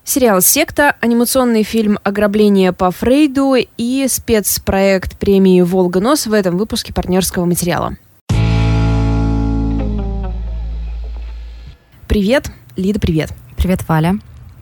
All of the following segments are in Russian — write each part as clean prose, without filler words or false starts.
Сериал «Секта», анимационный фильм «Ограбление по Фрейду» и спецпроект премии «Волга-Нос» в этом выпуске партнерского материала. Привет, Лида, привет. Привет, Валя.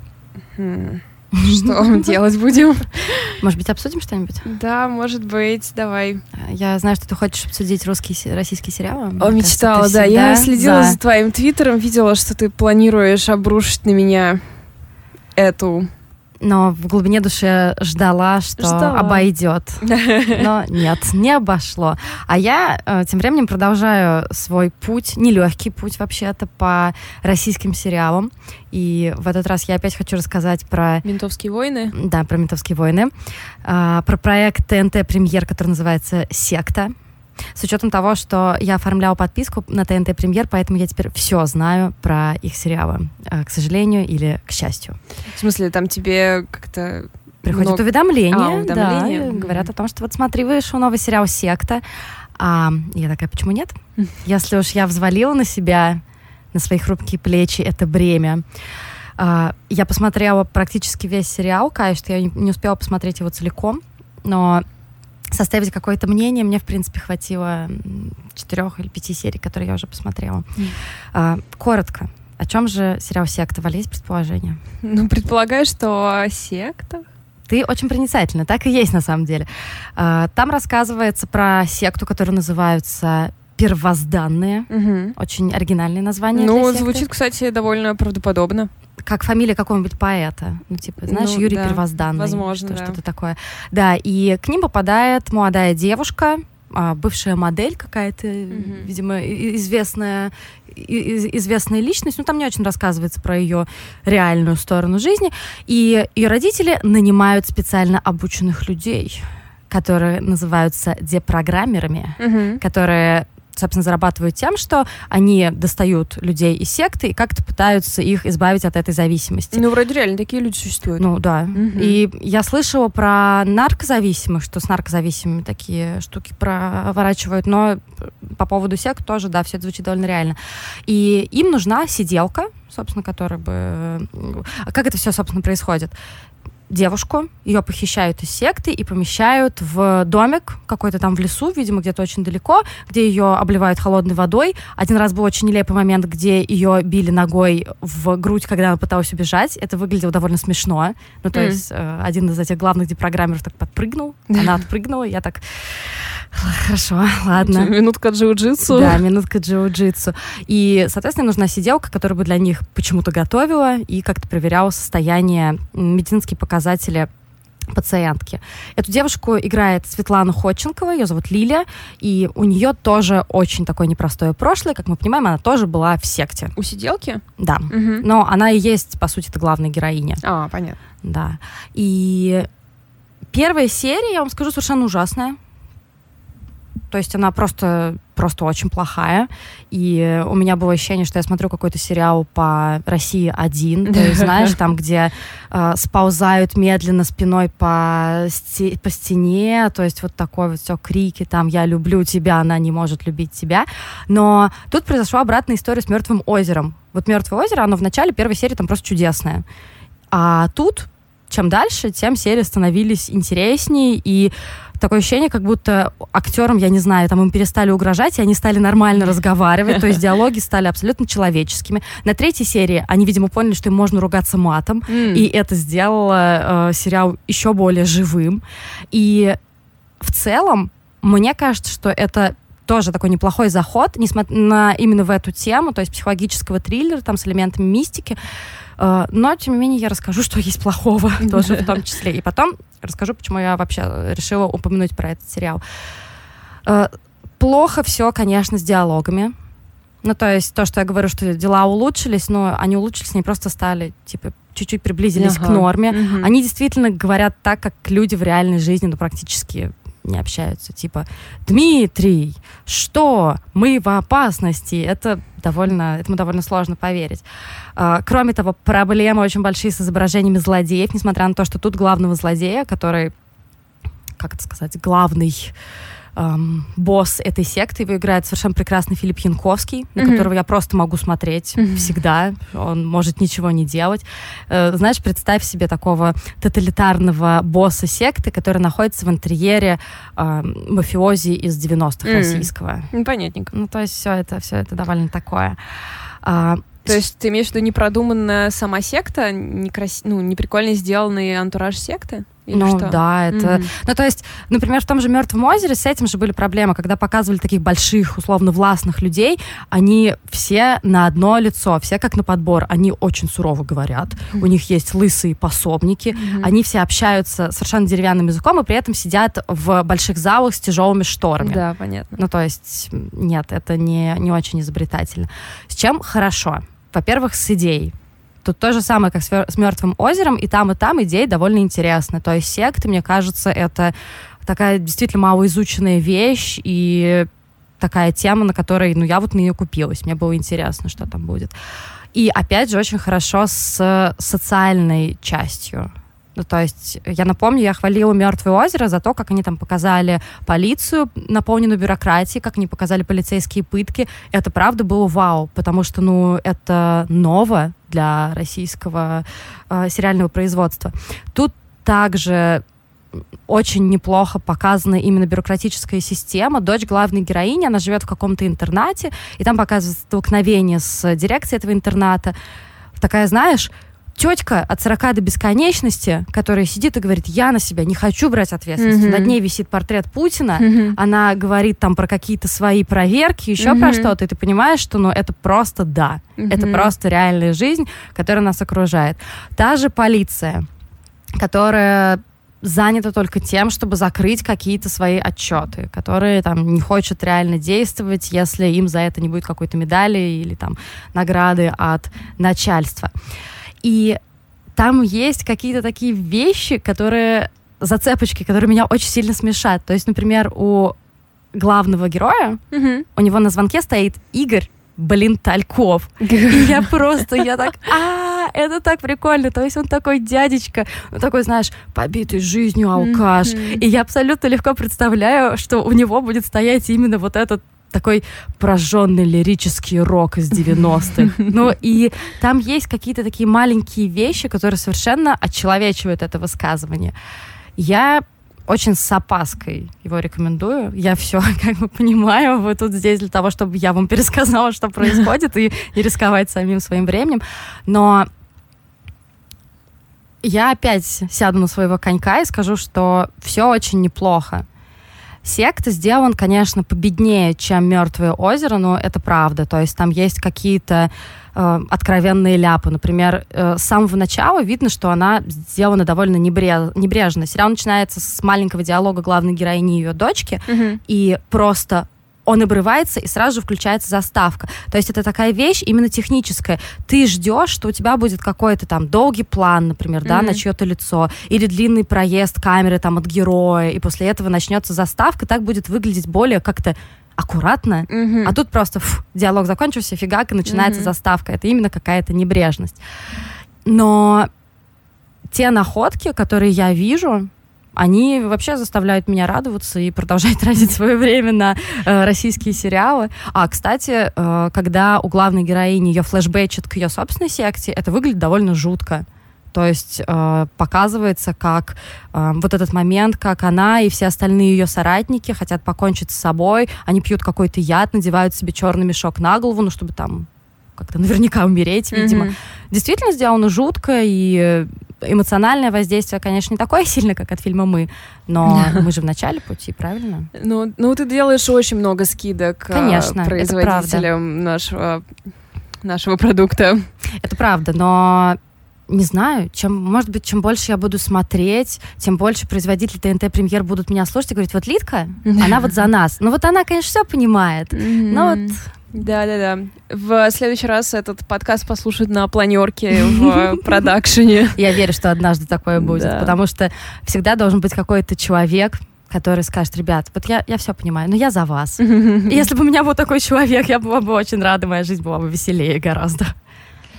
Что делать будем? Может быть, обсудим что-нибудь? Да, может быть, давай. Я знаю, что ты хочешь обсудить российские сериалы. Мечтала, да. Я следила за твоим твиттером, видела, что ты планируешь обрушить на меня эту... Но в глубине души ждала, что обойдет. Но нет, не обошло. А я тем временем продолжаю свой путь, нелегкий путь вообще-то, по российским сериалам. И в этот раз я опять хочу рассказать про... «Ментовские войны». Да, про «Ментовские войны». Про проект ТНТ «Премьер», который называется «Секта». С учетом того, что я оформляла подписку на ТНТ Премьер, поэтому я теперь все знаю про их сериалы, к сожалению или к счастью. В смысле, там тебе как-то... Приходят уведомления, да, Mm-hmm. говорят о том, что вот смотри, вышел новый сериал «Секта». Я такая, почему нет? Если уж я взвалила на себя, на свои хрупкие плечи это бремя. Я посмотрела практически весь сериал, каюсь, что я не успела посмотреть его целиком, но... составить какое-то мнение мне, в принципе, хватило 4 или 5 серий, которые я уже посмотрела. Коротко. О чем же сериал «Секта»? Валя, есть предположение? Предполагаю, что секта. Ты очень проницательна. Так и есть, на самом деле. Там рассказывается про секту, которую называются «Первозданные». Угу. Очень оригинальное название для секты. Звучит, кстати, довольно правдоподобно. Как фамилия какого-нибудь поэта. знаешь, Юрий Первозданный. Возможно, что-то такое. Да, и к ним попадает молодая девушка, бывшая модель какая-то, видимо, известная личность. Там не очень рассказывается про ее реальную сторону жизни. И ее родители нанимают специально обученных людей, которые называются депрограммерами, которые... собственно, зарабатывают тем, что они достают людей из секты и как-то пытаются их избавить от этой зависимости. Вроде реально такие люди существуют. Да. И я слышала про наркозависимых, что с наркозависимыми такие штуки проворачивают, но по поводу сект тоже, да, все это звучит довольно реально. И им нужна сиделка, собственно, которая бы... Как это все, собственно, происходит? Девушку, ее похищают из секты и помещают в домик какой-то там в лесу, видимо, где-то очень далеко, где ее обливают холодной водой. Один раз был очень нелепый момент, где ее били ногой в грудь, когда она пыталась убежать. Это выглядело довольно смешно. То есть один из этих главных депрограммеров так подпрыгнул, она отпрыгнула, я так... Хорошо, ладно. Минутка джиу-джитсу. Да, минутка джиу-джитсу. И, соответственно, нужна сиделка, которая бы для них почему-то готовила и как-то проверяла состояние, медицинские показатели пациентки. Эту девушку играет Светлана Ходченкова, ее зовут Лиля, и у нее тоже очень такое непростое прошлое. Как мы понимаем, она тоже была в секте. У сиделки? Да. Но она и есть, по сути, главная героиня. Понятно. Да. И первая серия, я вам скажу, совершенно ужасная. То есть она просто очень плохая. И у меня было ощущение, что я смотрю какой-то сериал по России-1. То есть, знаешь, там, где сползают медленно спиной по стене. То есть вот такое вот все, крики там «Я люблю тебя», она не может любить тебя. Но тут произошла обратная история с «Мертвым озером». Вот «Мертвое озеро», оно в начале первой серии там просто чудесное. А тут, чем дальше, тем серии становились интереснее, и такое ощущение, как будто актерам, я не знаю, там им перестали угрожать, и они стали нормально разговаривать, то есть диалоги стали абсолютно человеческими. На третьей серии они, видимо, поняли, что им можно ругаться матом, и это сделало сериал еще более живым. И в целом, мне кажется, что это тоже такой неплохой заход, несмотря на именно в эту тему, то есть психологического триллера, там с элементами мистики. Но, тем не менее, я расскажу, что есть плохого тоже в том числе. И потом расскажу, почему я вообще решила упомянуть про этот сериал. Плохо все, конечно, с диалогами. То есть то, что я говорю, что дела улучшились, но они улучшились, они просто стали, чуть-чуть приблизились к норме. Они действительно говорят так, как люди в реальной жизни, практически не общаются. Дмитрий, что? Мы в опасности. Этому довольно сложно поверить. Кроме того, проблемы очень большие с изображениями злодеев, несмотря на то, что тут главного злодея, который, как это сказать, главный босс этой секты. Его играет совершенно прекрасный Филипп Янковский, на которого я просто могу смотреть всегда. Он может ничего не делать. Знаешь, представь себе такого тоталитарного босса секты, который находится в интерьере мафиози из 90-х российского. Понятненько. Ну, то есть все это довольно такое. То есть ты имеешь в виду непродуманная сама секта, неприкольно сделанный антураж секты? Или что? Да, это... Ну, то есть, например, в том же «Мертвом озере» с этим же были проблемы, когда показывали таких больших, условно, властных людей, они все на одно лицо, все как на подбор, они очень сурово говорят, у них есть лысые пособники, они все общаются совершенно деревянным языком и при этом сидят в больших залах с тяжелыми шторами. Да, понятно. Ну, то есть, нет, это не очень изобретательно. С чем хорошо? Во-первых, с идеей. Тут то же самое, как с «Мертвым озером», и там идеи довольно интересны. То есть секты, мне кажется, это такая действительно малоизученная вещь и такая тема, на которой, я вот на нее купилась. Мне было интересно, что там будет. И, опять же, очень хорошо с социальной частью. Ну, то есть, я напомню, я хвалила «Мертвое озеро» за то, как они там показали полицию, наполненную бюрократией, как они показали полицейские пытки. Это, правда, было вау, потому что, это ново для российского сериального производства. Тут также очень неплохо показана именно бюрократическая система. Дочь главной героини, она живет в каком-то интернате, и там показывается столкновение с дирекцией этого интерната. Такая, знаешь... Тетка от 40 до бесконечности, которая сидит и говорит, я на себя не хочу брать ответственность. Над ней висит портрет Путина, она говорит там про какие-то свои проверки, еще про что-то, и ты понимаешь, что это просто это просто реальная жизнь, которая нас окружает. Та же полиция, которая занята только тем, чтобы закрыть какие-то свои отчеты, которые там не хочет реально действовать, если им за это не будет какой-то медали или там награды от начальства. И там есть какие-то такие вещи, зацепочки, которые меня очень сильно смешат. То есть, например, у главного героя, у него на звонке стоит Игорь, Тальков. И я так, это так прикольно. То есть он такой дядечка, такой, знаешь, побитый жизнью алкаш. И я абсолютно легко представляю, что у него будет стоять именно вот этот такой прожженный лирический рок из 90-х. И там есть какие-то такие маленькие вещи, которые совершенно отчеловечивают это высказывание. Я очень с опаской его рекомендую. Я все понимаю. Вы тут здесь для того, чтобы я вам пересказала, что происходит, и не рисковать самим своим временем. Но я опять сяду на своего конька и скажу, что все очень неплохо. Секта сделан, конечно, победнее, чем «Мертвое озеро», но это правда. То есть там есть какие-то откровенные ляпы. Например, с самого начала видно, что она сделана довольно небрежно. Сериал начинается с маленького диалога главной героини и ее дочки, и просто он обрывается, и сразу же включается заставка. То есть это такая вещь именно техническая. Ты ждешь, что у тебя будет какой-то там долгий план, например, на чье-то лицо, или длинный проезд камеры там от героя, и после этого начнется заставка, так будет выглядеть более как-то аккуратно, а тут просто диалог закончился, фигак, и начинается заставка. Это именно какая-то небрежность. Но те находки, которые я вижу, они вообще заставляют меня радоваться и продолжать тратить свое время на российские сериалы. Кстати, когда у главной героини ее флешбэчит к ее собственной секте, это выглядит довольно жутко. То есть показывается, как вот этот момент, как она и все остальные ее соратники хотят покончить с собой, они пьют какой-то яд, надевают себе черный мешок на голову, чтобы там как-то наверняка умереть, видимо. Действительно сделано жутко, и эмоциональное воздействие, конечно, не такое сильное, как от фильма «Мы», но мы же в начале пути, правильно? Ну, ты делаешь очень много скидок, конечно, производителям нашего продукта. Это правда, но не знаю, может быть, чем больше я буду смотреть, тем больше производители ТНТ Премьер будут меня слушать и говорить, вот Лидка, она вот за нас. Ну вот она, конечно, все понимает, но вот... Да. В следующий раз этот подкаст послушают на планерке в продакшене. Я верю, что однажды такое будет, потому что всегда должен быть какой-то человек, который скажет, ребят, вот я все понимаю, но я за вас. И если бы у меня был такой человек, я была бы очень рада, моя жизнь была бы веселее гораздо.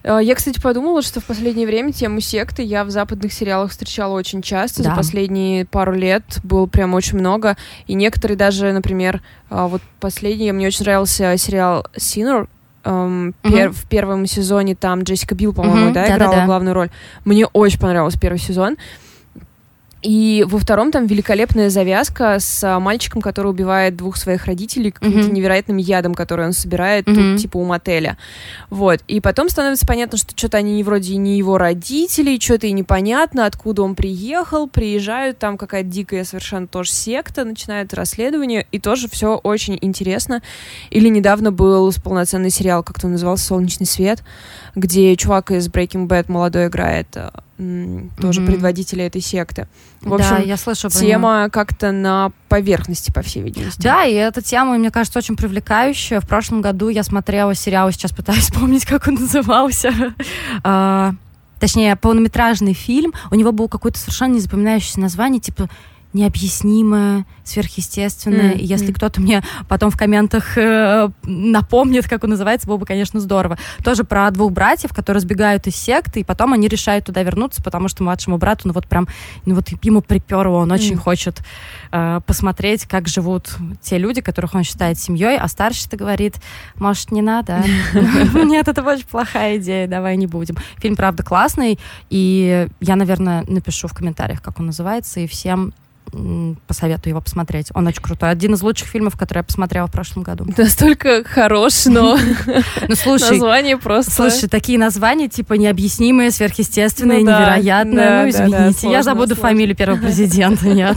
Я, кстати, подумала, что в последнее время тему секты я в западных сериалах встречала очень часто. Да. За последние пару лет было прям очень много. И некоторые даже, например, вот последний, мне очень нравился сериал «Sinner». В первом сезоне там Джессика Билл, по-моему, играла главную роль. Мне очень понравился первый сезон. И во втором там великолепная завязка с мальчиком, который убивает двух своих родителей каким-то невероятным ядом, который он собирает тут, типа, у мотеля. Вот. И потом становится понятно, что что-то они вроде не его родители, что-то и непонятно, откуда он приехал, приезжают, там какая-то дикая совершенно тоже секта, начинают расследование, и тоже все очень интересно. Или недавно был полноценный сериал, как-то он назывался, «Солнечный свет», где чувак из Breaking Bad молодой играет тоже предводителя этой секты. В общем, да, я слышу тема как-то на поверхности, по всей видимости. Да, и эта тема, мне кажется, очень привлекающая. В прошлом году я смотрела сериал, сейчас пытаюсь вспомнить, как он назывался. Точнее, полнометражный фильм. У него было какое-то совершенно незапоминающееся название, типа необъяснимое, сверхъестественное. И если кто-то мне потом в комментах напомнит, как он называется, было бы, конечно, здорово. Тоже про двух братьев, которые сбегают из секты, и потом они решают туда вернуться, потому что младшему брату, ему приперло, он очень хочет посмотреть, как живут те люди, которых он считает семьей, а старший-то говорит, может, не надо? Нет, это очень плохая идея, давай не будем. Фильм, правда, классный, и я, наверное, напишу в комментариях, как он называется, и всем посоветую его посмотреть. Он очень крутой. Один из лучших фильмов, которые я посмотрела в прошлом году. Настолько хорош, но название просто... Слушай, такие названия, типа необъяснимые, сверхъестественные, невероятные. Извините, я забуду фамилию первого президента. Нет.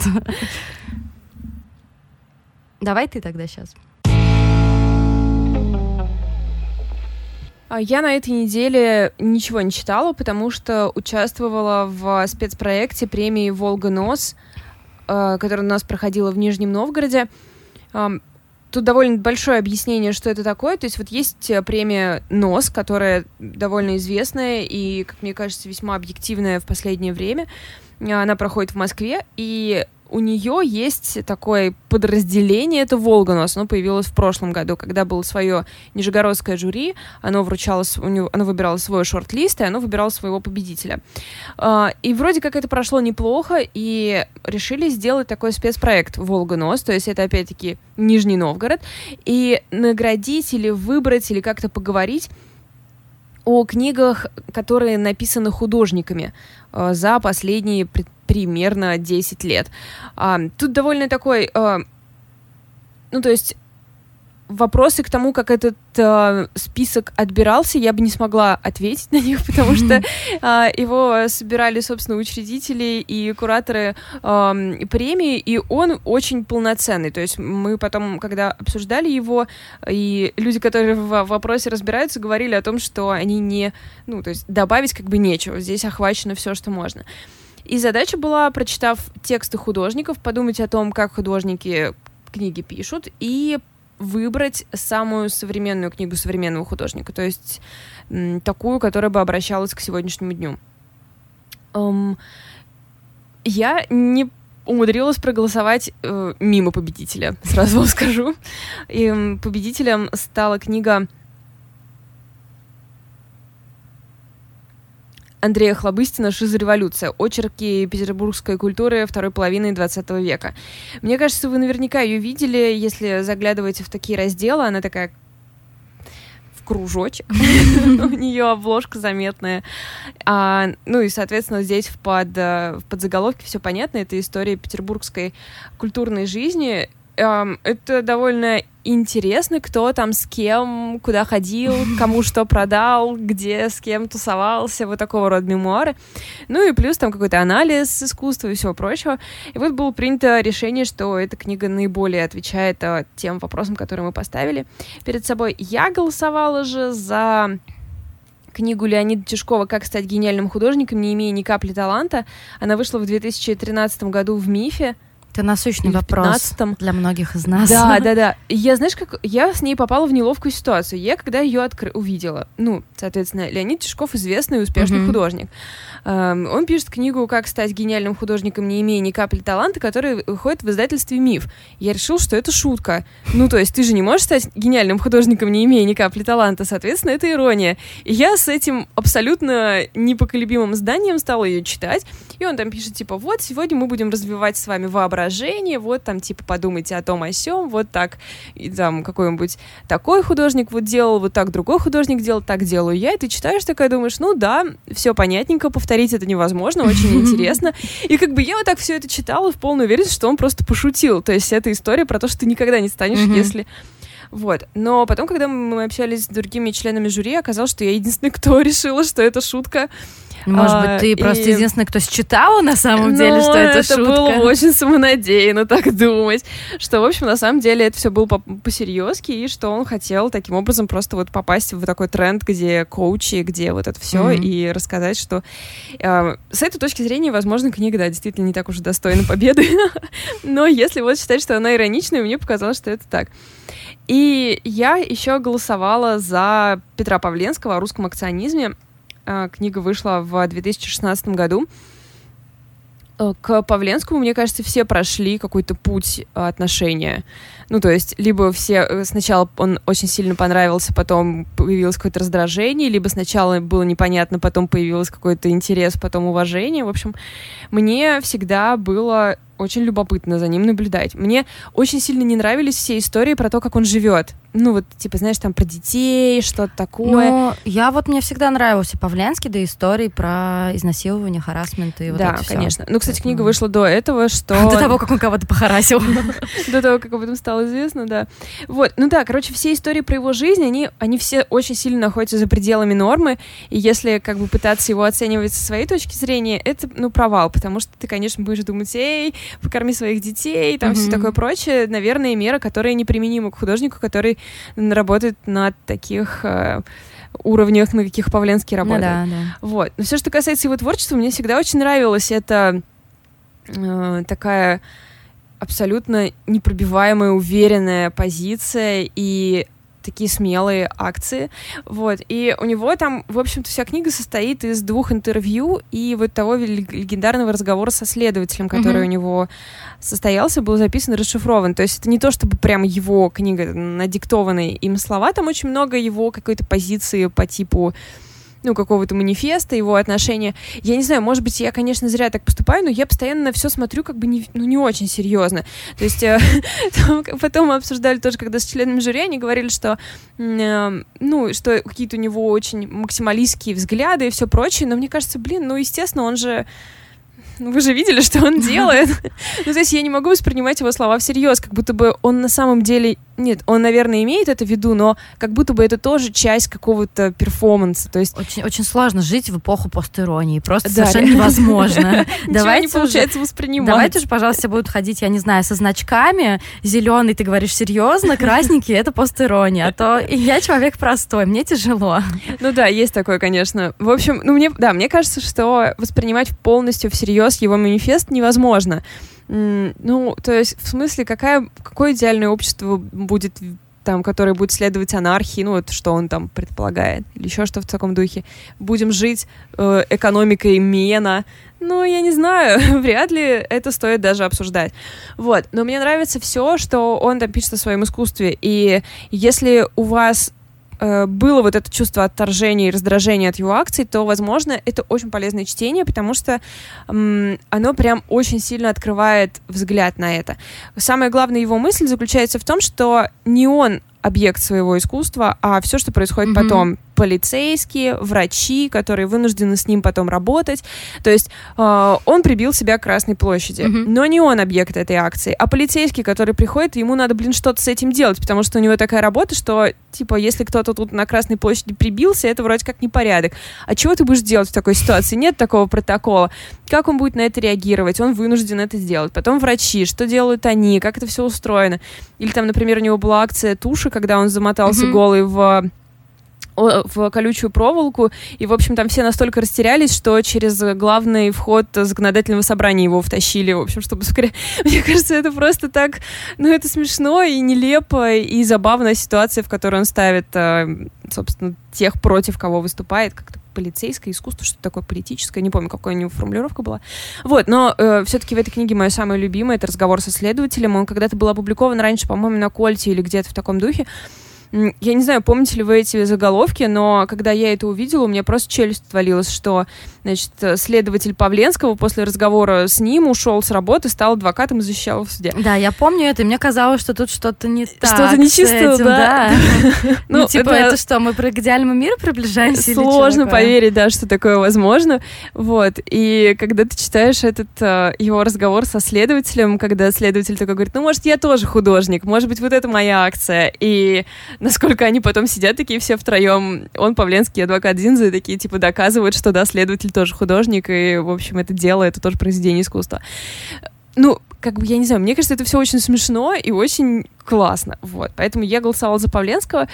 Давай ты тогда сейчас. Я на этой неделе ничего не читала, потому что участвовала в спецпроекте премии «Волга-Нос», которая у нас проходила в Нижнем Новгороде. Тут довольно большое объяснение, что это такое. То есть вот есть премия «НОС», которая довольно известная и, как мне кажется, весьма объективная в последнее время. Она проходит в Москве, и у нее есть такое подразделение, это «Волга-Нос». Оно появилось в прошлом году, когда было свое нижегородское жюри, оно выбирало свой шорт-лист, и оно выбирало своего победителя. И вроде как это прошло неплохо, и решили сделать такой спецпроект «Волга-Нос», то есть это, опять-таки, Нижний Новгород, и наградить или выбрать, или как-то поговорить о книгах, которые написаны художниками за последние примерно 10 лет. Тут довольно такой... то есть вопросы к тому, как этот список отбирался, я бы не смогла ответить на них, потому что его собирали, собственно, учредители и кураторы премии, и он очень полноценный. То есть мы потом, когда обсуждали его, и люди, которые в вопросе разбираются, говорили о том, что они не... то есть добавить как бы нечего. Здесь охвачено все, что можно. И задача была, прочитав тексты художников, подумать о том, как художники книги пишут, и выбрать самую современную книгу современного художника, то есть такую, которая бы обращалась к сегодняшнему дню. Я не умудрилась проголосовать мимо победителя, сразу вам скажу. И победителем стала книга Андрея Хлобыстина «Шизореволюция. Очерки петербургской культуры второй половины XX века». Мне кажется, вы наверняка ее видели, если заглядываете в такие разделы. Она такая в кружочек. У нее обложка заметная. И, соответственно, здесь в подзаголовке все понятно. Это история петербургской культурной жизни. Это довольно интересно, кто там с кем, куда ходил, кому что продал, где с кем тусовался, вот такого рода мемуары. И плюс там какой-то анализ искусства и всего прочего. И вот было принято решение, что эта книга наиболее отвечает тем вопросам, которые мы поставили перед собой. Я голосовала же за книгу Леонида Тишкова «Как стать гениальным художником, не имея ни капли таланта». Она вышла в 2013 году в МИФе. Это насущный вопрос для многих из нас. Да. Я, знаешь, как я с ней попала в неловкую ситуацию. Я, когда ее увидела, соответственно, Леонид Тишков известный и успешный художник. Он пишет книгу «Как стать гениальным художником, не имея ни капли таланта», которая выходит в издательстве «Миф». Я решила, что это шутка. То есть ты же не можешь стать гениальным художником, не имея ни капли таланта. Соответственно, это ирония. И я с этим абсолютно непоколебимым зданием стала ее читать. И он там пишет, типа, вот, сегодня мы будем развивать с вами воображение, вот там, типа, подумайте о том, о сём, вот так, и там какой-нибудь такой художник вот делал, вот так другой художник делал, так делаю я, и ты читаешь такая, думаешь, да, все понятненько, повторить это невозможно, очень интересно. И как бы я вот так все это читала в полной уверенности, что он просто пошутил. То есть это история про то, что ты никогда не станешь, если... Вот. Но потом, когда мы общались с другими членами жюри, оказалось, что я единственная, кто решила, что это шутка. Может быть, ты просто единственная, кто считала на самом деле, что это шутка? Это было очень самонадеянно так думать, что, в общем, на самом деле это все было по-серьезки, и что он хотел таким образом просто вот попасть в такой тренд, где коучи, где вот это все, и рассказать, что с этой точки зрения, возможно, книга, да, действительно не так уж и достойна победы, но если вот считать, что она ироничная, мне показалось, что это так. И я еще голосовала за Петра Павленского о русском акционизме. Книга вышла в 2016 году. К Павленскому, мне кажется, все прошли какой-то путь отношения. То есть, либо все... Сначала он очень сильно понравился, потом появилось какое-то раздражение, либо сначала было непонятно, потом появился какой-то интерес, потом уважение. В общем, мне всегда было очень любопытно за ним наблюдать. Мне очень сильно не нравились все истории про то, как он живет. Знаешь, там про детей, что-то такое. Мне всегда нравился Павленский, да, истории про изнасилование, харассмент и вот это все. Да, конечно. Кстати, книга вышла до этого, что... До того, как он кого-то похарасил. До того, как об этом стало известно, да. Вот, все истории про его жизнь, они все очень сильно находятся за пределами нормы, и если как бы пытаться его оценивать со своей точки зрения, это, провал, потому что ты, конечно, будешь думать, покорми своих детей, там все такое прочее. Наверное, мера, которая неприменима к художнику, который работает на таких уровнях, на каких Павленский работает. Да. Вот. Но все, что касается его творчества, мне всегда очень нравилось. Это такая абсолютно непробиваемая, уверенная позиция и такие смелые акции. Вот. И у него там, в общем-то, вся книга состоит из 2 интервью и вот того легендарного разговора со следователем, который у него состоялся, был записан и расшифрован. То есть это не то, чтобы прям его книга, надиктованные им слова, там очень много его какой-то позиции по типу какого-то манифеста, его отношения. Я не знаю, может быть, я, конечно, зря так поступаю, но я постоянно на все смотрю как бы не очень серьезно. То есть потом мы обсуждали тоже, когда с членами жюри, они говорили, что что какие-то у него очень максималистские взгляды и все прочее, но мне кажется, естественно, он же... Вы же видели, что он делает. То есть я не могу воспринимать его слова всерьез, как будто бы он на самом деле... Нет, он, наверное, имеет это в виду, но как будто бы это тоже часть какого-то перформанса. То есть... Очень, очень сложно жить в эпоху постиронии. Просто совершенно невозможно. Ничего не получается воспринимать. Давайте же, пожалуйста, все будут ходить, я не знаю, со значками. Зеленый, ты говоришь серьезно, красненький — это постирония. А то я человек простой, мне тяжело. Есть такое, конечно. В общем, мне кажется, что воспринимать полностью всерьез его манифест невозможно. То есть, в смысле, какое идеальное общество будет там, которое будет следовать анархии, что он там предполагает, или еще что в таком духе. Будем жить экономикой Мена. Я не знаю, вряд ли это стоит даже обсуждать. Вот. Но мне нравится все, что он там пишет о своем искусстве. И если у вас было вот это чувство отторжения и раздражения от его акций, то, возможно, это очень полезное чтение, потому что оно прям очень сильно открывает взгляд на это. Самая главная его мысль заключается в том, что не он объект своего искусства, а все, что происходит потом. Полицейские, врачи, которые вынуждены с ним потом работать. То есть он прибил себя к Красной площади. Но не он объект этой акции, а полицейский, который приходит, и ему надо, что-то с этим делать, потому что у него такая работа, что, если кто-то тут на Красной площади прибился, это вроде как непорядок. А чего ты будешь делать в такой ситуации? Нет такого протокола. Как он будет на это реагировать? Он вынужден это сделать. Потом врачи, что делают они, как это все устроено. Или там, например, у него была акция туши, когда он замотался голый в в колючую проволоку, и, в общем, там все настолько растерялись, что через главный вход законодательного собрания его втащили, в общем, чтобы скорее... Мне кажется, это просто так... Ну, это смешно и нелепо, и забавная ситуация, в которой он ставит, собственно, тех, против кого выступает, как-то полицейское искусство, что-то такое политическое, не помню, какая у него формулировка была. Вот, но все-таки в этой книге моя самая любимая — это «Разговор со следователем». Он когда-то был опубликован раньше, по-моему, на Кольте или где-то в таком духе. Я не знаю, помните ли вы эти заголовки, но когда я это увидела, у меня просто челюсть отвалилась, что, значит, следователь Павленского после разговора с ним ушел с работы, стал адвокатом и защищал его в суде. Да, я помню это, и мне казалось, что тут что-то не так. Что-то нечисто, да. Ну, типа, это что, мы к идеальному миру приближаемся? Сложно поверить, да, что такое возможно. Вот, и когда ты читаешь этот его разговор со следователем, когда следователь такой говорит, ну, может, я тоже художник, может быть, вот это моя акция, и насколько они потом сидят такие все втроем, он, Павленский, адвокат Зинза, и такие, типа, доказывают, что, да, следователь тоже художник, и, в общем, это дело, это тоже произведение искусства. Ну, как бы, я не знаю, мне кажется, это все очень смешно и очень классно, вот. Поэтому я голосовала за Павленского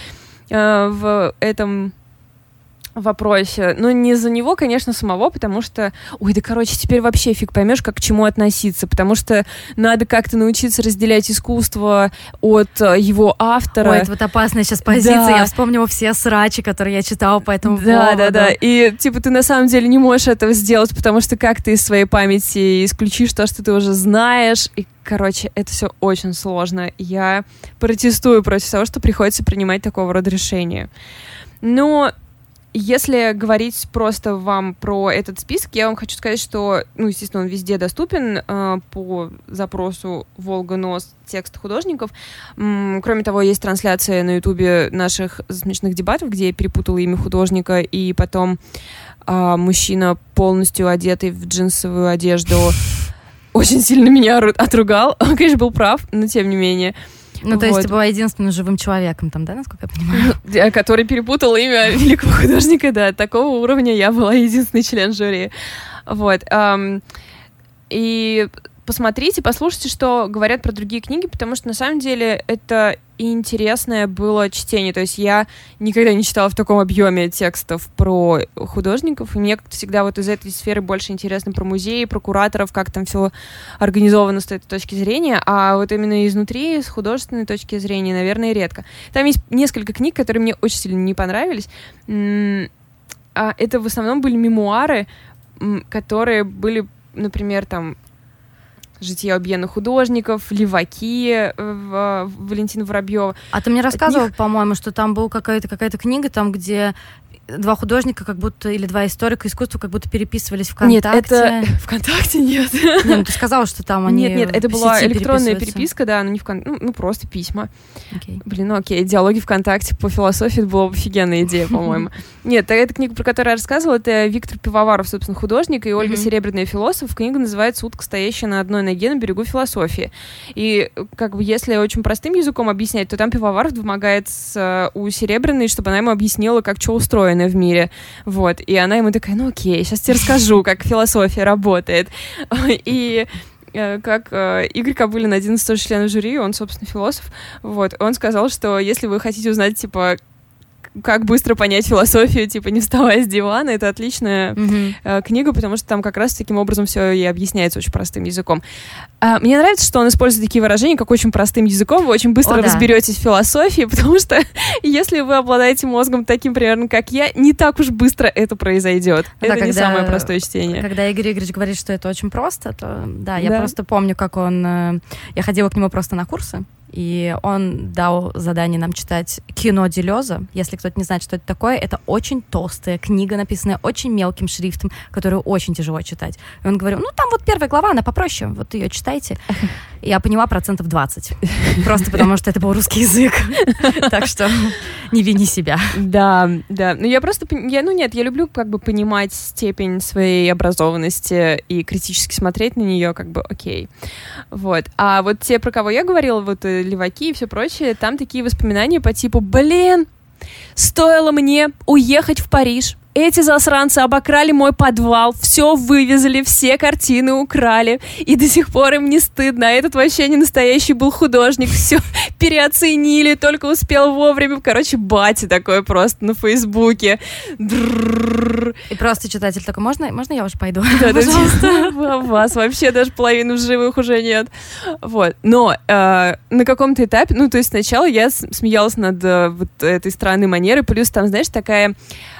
в этом вопросе. Но не за него, конечно, самого, потому что... Ой, да, короче, теперь вообще фиг поймешь, как к чему относиться, потому что надо как-то научиться разделять искусство от его автора. Ой, это вот опасная сейчас позиция. Да. Я вспомнила все срачи, которые я читала по этому поводу. Да. И, типа, ты на самом деле не можешь этого сделать, потому что как ты из своей памяти исключишь то, что ты уже знаешь, и короче, это все очень сложно. Я протестую против того, что приходится принимать такого рода решения. Но если говорить просто вам про этот список, я вам хочу сказать, что, ну, естественно, он везде доступен по запросу «Волга Нос. Текст художников». Кроме того, есть трансляция на Ютубе наших смешных дебатов, где я перепутала имя художника, и потом мужчина, полностью одетый в джинсовую одежду, очень сильно меня отругал. Он, конечно, был прав, но тем не менее. Ну, то есть ты была единственным живым человеком там, да, насколько я понимаю? Который перепутал имя великого художника, да. Такого уровня я была единственный член жюри. Вот. И посмотрите, послушайте, что говорят про другие книги, потому что, на самом деле, это интересное было чтение. То есть я никогда не читала в таком объеме текстов про художников, и мне как-то всегда вот из этой сферы больше интересно про музеи, про кураторов, как там все организовано с этой точки зрения, а вот именно изнутри, с художественной точки зрения, наверное, редко. Там есть несколько книг, которые мне очень сильно не понравились. Это в основном были мемуары, которые были, например, там «Житие убиенных художников», «Леваки» Валентина Воробьева. А ты мне рассказывал, по-моему, что там была какая-то книга, там, где два художника как будто, или два историка искусства как будто переписывались ВКонтакте. Нет, это ВКонтакте нет. Нет, ну ты сказала, что там они Нет, это была электронная переписка, да, но не ВКонтакте, ну просто письма. Блин, ну окей, диалоги ВКонтакте по философии, это была бы офигенная идея, по-моему. Нет, эта книга, про которую я рассказывала, это Виктор Пивоваров, собственно, художник, и Ольга Серебряная, философ. Книга называется «Утка, стоящая на одной ноге на берегу философии». И как бы если очень простым языком объяснять, то там Пивоваров домогается у Серебряной, чтобы она ему объяснила, как что устроено в мире. Вот. И она ему такая, ну окей, сейчас тебе расскажу, как философия работает. И как Игорь Кобылин, один из тоже членов жюри, он, собственно, философ, вот, он сказал, что если вы хотите узнать, типа, как быстро понять философию, типа, не вставая с дивана, это отличная книга, потому что там как раз таким образом все и объясняется очень простым языком. Мне нравится, что он использует такие выражения, как очень простым языком, вы очень быстро разберетесь в философии, потому что если вы обладаете мозгом таким, примерно, как я, не так уж быстро это произойдет. Это не самое простое чтение. Когда Игорь Игоревич говорит, что это очень просто, то да, я просто помню, как он... Я ходила к нему просто на курсы, и он дал задание нам читать «Кино Делеза». Если кто-то не знает, что это такое, это очень толстая книга, написанная очень мелким шрифтом, которую очень тяжело читать. И он говорил, ну, там вот первая глава, она попроще, вот ее читайте. И я поняла 20%. Просто потому, что это был русский язык. Так что не вини себя. Да. Ну, я просто... я люблю как бы понимать степень своей образованности и критически смотреть на нее, как бы, окей. Вот. А вот те, про кого я говорила, вот Леваки и все прочее, там такие воспоминания по типу, блин, стоило мне уехать в Париж, эти засранцы обокрали мой подвал, все вывезли, все картины украли, и до сих пор им не стыдно, а этот вообще не настоящий был художник, все переоценили, только успел вовремя. Короче, батя такой просто на Фейсбуке. И просто читатель такой, можно я уже пойду? Да, пожалуйста. Вас вообще даже половины в живых уже нет. Вот. Но на каком-то этапе, ну, то есть сначала я смеялась над вот этой странной манерой, плюс там, знаешь, такая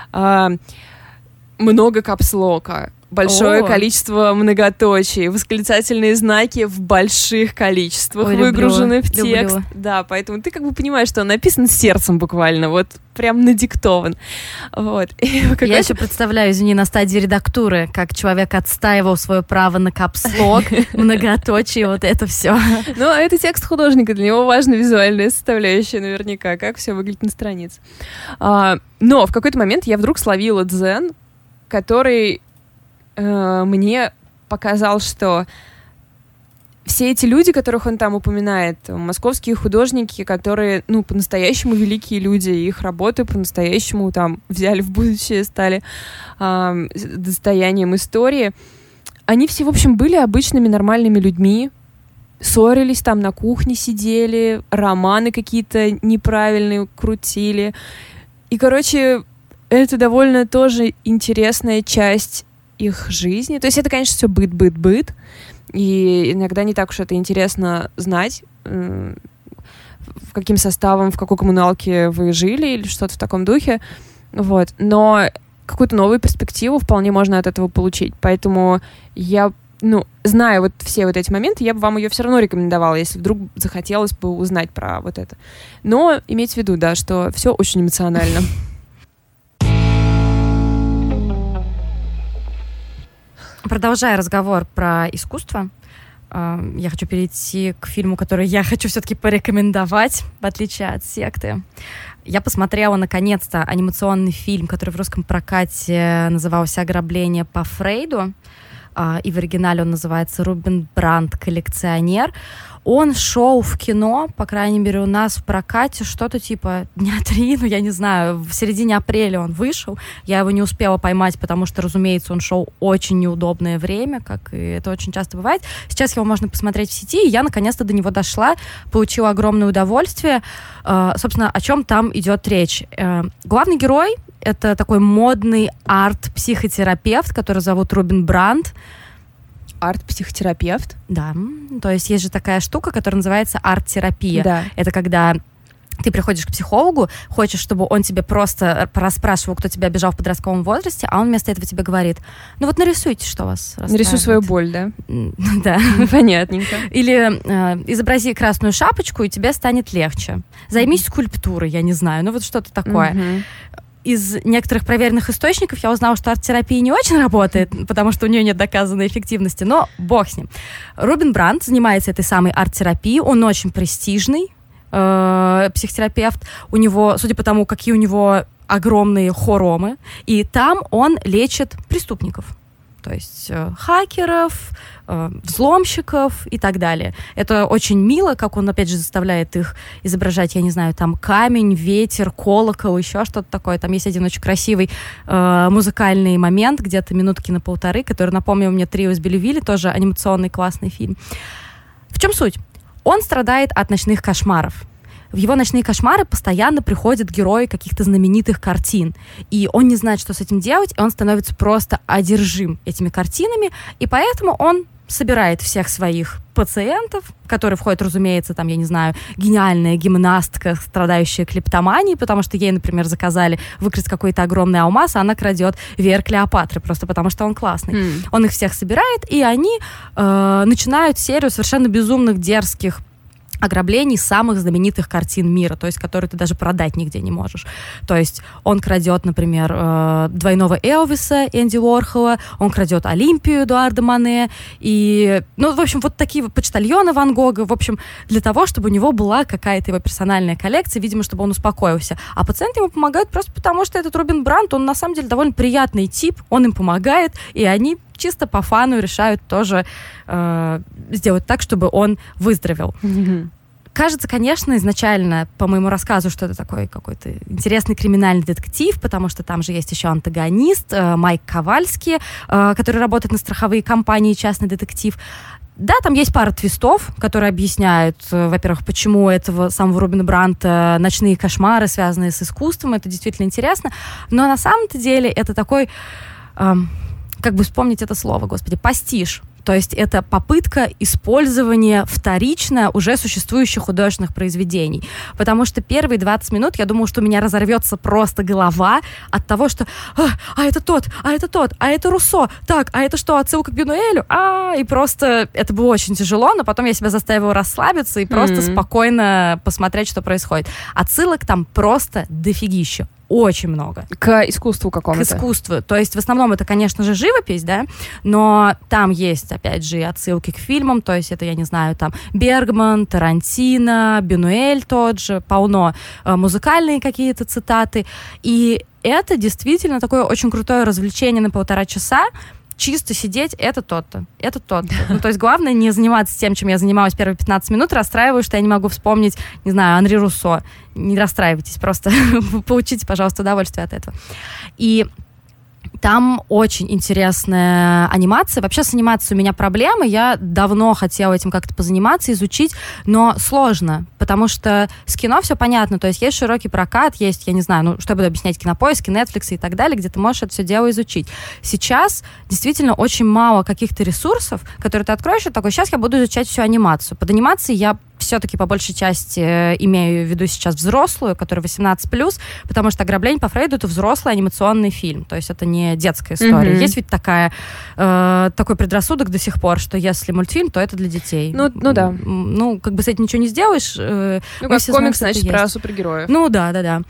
много капслока, большое количество многоточий, восклицательные знаки в больших количествах выгружены в текст. Люблю. Да, поэтому ты как бы понимаешь, что он написан сердцем буквально, вот прям надиктован. Вот. Я еще представляю, извини, на стадии редактуры, как человек отстаивал свое право на капслок, многоточие, вот это все. Ну, это текст художника, для него важна визуальная составляющая наверняка, как все выглядит на странице. Но в какой-то момент я вдруг словила дзен, который мне показал, что все эти люди, которых он там упоминает, московские художники, которые, ну, по-настоящему великие люди, их работы по-настоящему там взяли в будущее, стали достоянием истории, они все, в общем, были обычными нормальными людьми, ссорились там, на кухне сидели, романы какие-то неправильные крутили. И, короче, это довольно тоже интересная часть их жизни. То есть это, конечно, все быт. И иногда не так уж это интересно знать, в каким составом, в какой коммуналке вы жили или что-то в таком духе. Вот. Но какую-то новую перспективу вполне можно от этого получить. Поэтому я, зная вот все вот эти моменты, я бы вам ее все равно рекомендовала, если вдруг захотелось бы узнать про вот это. Но имейте в виду, да, что все очень эмоционально. Продолжая разговор про искусство, я хочу перейти к фильму, который я хочу все-таки порекомендовать, в отличие от «Секты». Я посмотрела, наконец-то, анимационный фильм, который в русском прокате назывался «Ограбление по Фрейду», и в оригинале он называется «Рубен Брандт. Коллекционер». Он шел в кино, по крайней мере, у нас в прокате что-то типа дня 3, я не знаю, в середине апреля он вышел. Я его не успела поймать, потому что, разумеется, он шел очень неудобное время, как и это очень часто бывает. Сейчас его можно посмотреть в сети, и я наконец-то до него дошла, получила огромное удовольствие. Собственно, о чем там идет речь? Главный герой — это такой модный арт-психотерапевт, который зовут Рубен Брандт. Арт-психотерапевт? Да, то есть есть же такая штука, которая называется арт-терапия. Да. Это когда ты приходишь к психологу, хочешь, чтобы он тебе просто расспрашивал, кто тебя обижал в подростковом возрасте, а он вместо этого тебе говорит, нарисуйте, что вас расстраивает. Нарисуй свою боль, да? Да. Понятненько. Или изобрази красную шапочку, и тебе станет легче. Займись скульптурой, я не знаю, вот что-то такое. Из некоторых проверенных источников я узнала, что арт-терапия не очень работает, потому что у нее нет доказанной эффективности, но бог с ним. Рубен Брандт занимается этой самой арт-терапией, он очень престижный психотерапевт, у него, судя по тому, какие у него огромные хоромы, и там он лечит преступников. То есть хакеров, взломщиков и так далее. Это очень мило, как он, опять же, заставляет их изображать, я не знаю, там камень, ветер, колокол, еще что-то такое. Там есть один очень красивый музыкальный момент, где-то минутки на 1.5, который напомнил мне «Трио из Бельвилля», тоже анимационный классный фильм. В чем суть? Он страдает от ночных кошмаров. В его ночные кошмары постоянно приходят герои каких-то знаменитых картин. И он не знает, что с этим делать, и он становится просто одержим этими картинами, и поэтому он собирает всех своих пациентов, в которые входит, разумеется, там, я не знаю, гениальная гимнастка, страдающая клептоманией, потому что ей, например, заказали выкрасть какой-то огромный алмаз, а она крадет веер Клеопатры, просто потому что он классный. Он их всех собирает, и они начинают серию совершенно безумных, дерзких ограблений самых знаменитых картин мира, то есть которые ты даже продать нигде не можешь. То есть он крадет, например, двойного Элвиса Энди Уорхола, он крадет Олимпию Эдуарда Мане, и, в общем, вот такие вот почтальоны Ван Гога, в общем, для того, чтобы у него была какая-то его персональная коллекция, видимо, чтобы он успокоился. А пациенты ему помогают просто потому, что этот Рубен Брандт, он на самом деле довольно приятный тип, он им помогает, и они чисто по фану решают тоже сделать так, чтобы он выздоровел. Кажется, конечно, изначально, по моему рассказу, что это такой какой-то интересный криминальный детектив, потому что там же есть еще антагонист Майк Ковальский, который работает на страховые компании, частный детектив. Да, там есть пара твистов, которые объясняют, во-первых, почему у этого самого Рубена Бранта ночные кошмары, связанные с искусством. Это действительно интересно. Но на самом-то деле это такой, как бы вспомнить это слово, господи, пастиш. То есть это попытка использования вторично уже существующих художественных произведений. Потому что первые 20 минут я думала, что у меня разорвется просто голова от того, что это тот, а это Руссо, так, а это что, отсылка к Бюнуэлю? И просто это было очень тяжело, но потом я себя заставила расслабиться и просто спокойно посмотреть, что происходит. Отсылок там просто дофигища. Очень много. К искусству какому-то. К искусству. То есть в основном это, конечно же, живопись, да, но там есть, опять же, отсылки к фильмам, то есть это, я не знаю, там Бергман, Тарантино, Бюнуэль тот же, полно музыкальные какие-то цитаты. И это действительно такое очень крутое развлечение на 1,5 часа. Чисто сидеть, это тот-то, это тот-то. Ну, то есть главное не заниматься тем, чем я занималась первые 15 минут, расстраиваюсь, что я не могу вспомнить, не знаю, Анри Руссо. Не расстраивайтесь, просто получите, пожалуйста, удовольствие от этого. И там очень интересная анимация. Вообще с анимацией у меня проблемы. Я давно хотела этим как-то позаниматься, изучить, но сложно, потому что с кино все понятно. То есть есть широкий прокат, есть, я не знаю, что я буду объяснять, Кинопоиск, Netflix и так далее, где ты можешь это все дело изучить. Сейчас действительно очень мало каких-то ресурсов, которые ты откроешь, и такой, сейчас я буду изучать всю анимацию. Под анимацией я все-таки по большей части имею в виду сейчас взрослую, которая 18+, потому что «Ограбление по Фрейду» — это взрослый анимационный фильм, то есть это не детская история. Есть ведь такой предрассудок до сих пор, что если мультфильм, то это для детей. Ну да. Ну, как бы с этим ничего не сделаешь. Как комикс, значит, про супергероев. Ну да.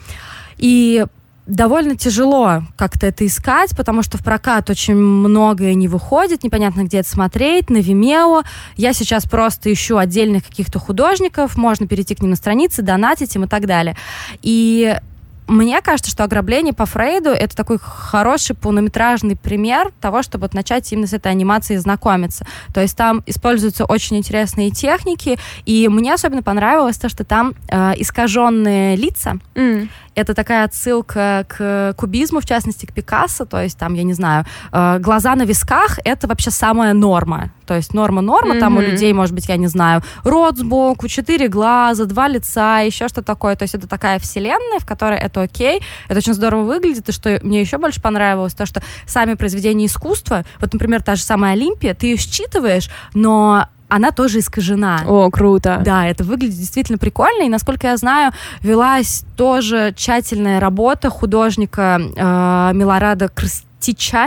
И довольно тяжело как-то это искать, потому что в прокат очень многое не выходит, непонятно, где это смотреть, на Vimeo. Я сейчас просто ищу отдельных каких-то художников, можно перейти к ним на страницы, донатить им и так далее. И мне кажется, что «Ограбление по Фрейду» — это такой хороший полнометражный пример того, чтобы начать именно с этой анимацией знакомиться. То есть там используются очень интересные техники, и мне особенно понравилось то, что там искаженные лица. Это такая отсылка к кубизму, в частности, к Пикассо. То есть там, я не знаю, глаза на висках — это вообще самая норма. То есть норма, там у людей, может быть, я не знаю, рот сбоку, 4 глаза, 2 лица, еще что-то такое. То есть это такая вселенная, в которой это окей. Это очень здорово выглядит. И что мне еще больше понравилось, то, что сами произведения искусства, вот, например, та же самая «Олимпия», ты ее считываешь, но она тоже искажена. О, круто. Да, это выглядит действительно прикольно. И, насколько я знаю, велась тоже тщательная работа художника Милорада Крстича.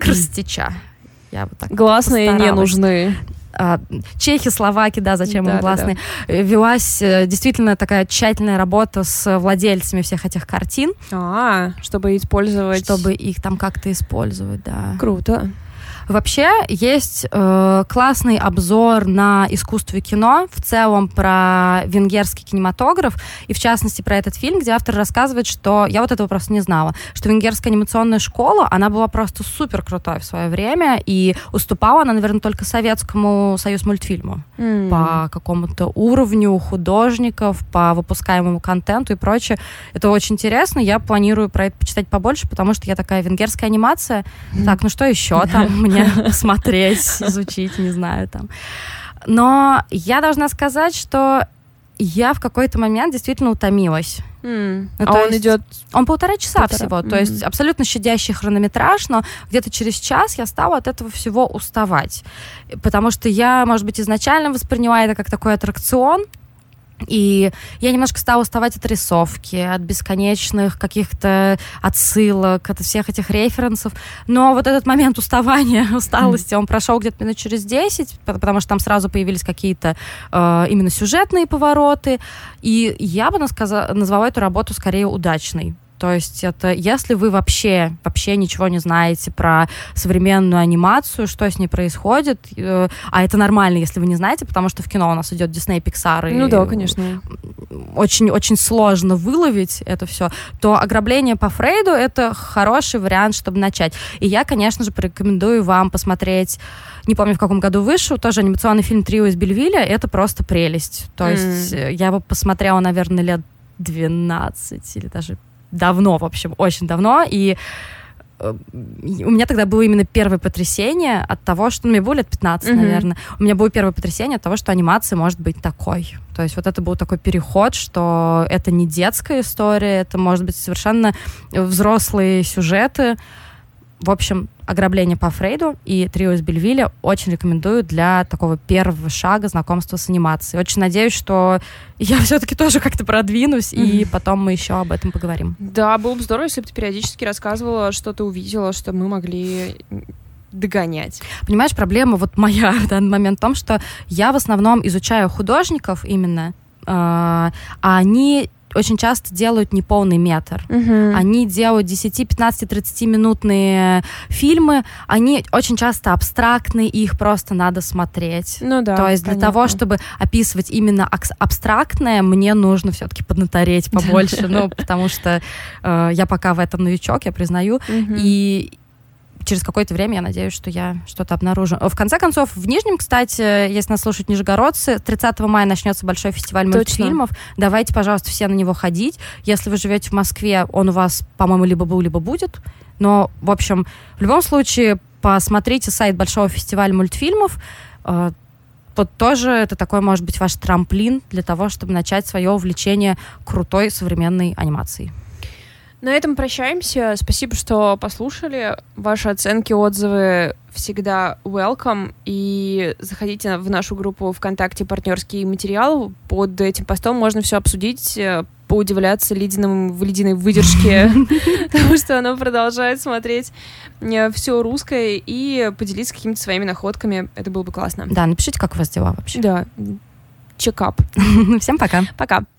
Я вот так гласные постаралась. Не нужны. Чехи, словаки, да, зачем им гласные. Да. Велась действительно такая тщательная работа с владельцами всех этих картин. Чтобы использовать. Чтобы их там как-то использовать, да. Круто. Вообще есть классный обзор на искусство и кино, в целом про венгерский кинематограф, и в частности про этот фильм, где автор рассказывает, что, я вот этого просто не знала, что венгерская анимационная школа, она была просто супер крутой в свое время, и уступала она, наверное, только Советскому Союзмультфильму по какому-то уровню художников, по выпускаемому контенту и прочее. Это очень интересно, я планирую про это почитать побольше, потому что я такая, венгерская анимация, так, ну что еще там смотреть, изучить, не знаю, там. Но я должна сказать, что я в какой-то момент действительно утомилась. Он идет... Он 1,5 часа всего, то есть абсолютно щадящий хронометраж, но где-то через час я стала от этого всего уставать. Потому что я, может быть, изначально восприняла это как такой аттракцион, и я немножко стала уставать от рисовки, от бесконечных каких-то отсылок, от всех этих референсов. Но вот этот момент усталости, он прошел где-то минут через 10, потому что там сразу появились какие-то именно сюжетные повороты. И я бы назвала эту работу скорее удачной. То есть это, если вы вообще ничего не знаете про современную анимацию, что с ней происходит, а это нормально, если вы не знаете, потому что в кино у нас идет Disney, Pixar, и да, конечно. Очень сложно выловить это все, то «Ограбление по Фрейду» — это хороший вариант, чтобы начать. И я, конечно же, порекомендую вам посмотреть, не помню, в каком году вышел, тоже анимационный фильм «Трио из Бельвилля». Это просто прелесть. То есть я его посмотрела, наверное, лет 12 или даже давно, в общем, очень давно, и у меня тогда было именно первое потрясение от того, что... мне было лет 15, наверное. У меня было первое потрясение от того, что анимация может быть такой. То есть вот это был такой переход, что это не детская история, это, может быть, совершенно взрослые сюжеты. В общем, «Ограбление по Фрейду» и «Трио из Бельвилля» очень рекомендую для такого первого шага знакомства с анимацией. Очень надеюсь, что я все-таки тоже как-то продвинусь, и потом мы еще об этом поговорим. Да, было бы здорово, если бы ты периодически рассказывала, что ты увидела, что мы могли догонять. Понимаешь, проблема вот моя в данный момент в том, что я в основном изучаю художников именно, а они очень часто делают неполный метр. Они делают 10, 15, 30-минутные фильмы. Они очень часто абстрактные, и их просто надо смотреть. Ну да, то есть для того, чтобы описывать именно абстрактное, мне нужно все-таки поднатореть побольше, потому что я пока в этом новичок, я признаю. И через какое-то время я надеюсь, что я что-то обнаружу. В конце концов, в Нижнем, кстати, если нас слушают нижегородцы, 30 мая начнется большой фестиваль мультфильмов. Давайте, пожалуйста, все на него ходить. Если вы живете в Москве, он у вас, по-моему, либо был, либо будет. Но, в общем, в любом случае, посмотрите сайт Большого фестиваля мультфильмов. Вот тоже это такой, может быть, ваш трамплин для того, чтобы начать свое увлечение крутой современной анимацией. На этом прощаемся. Спасибо, что послушали. Ваши оценки, отзывы всегда welcome. И заходите в нашу группу ВКонтакте «Партнерский материал». Под этим постом можно все обсудить, поудивляться Лидиной выдержке, потому что она продолжает смотреть все русское и поделиться какими-то своими находками. Это было бы классно. Да, напишите, как у вас дела вообще. Да, чекап. Всем пока. Пока.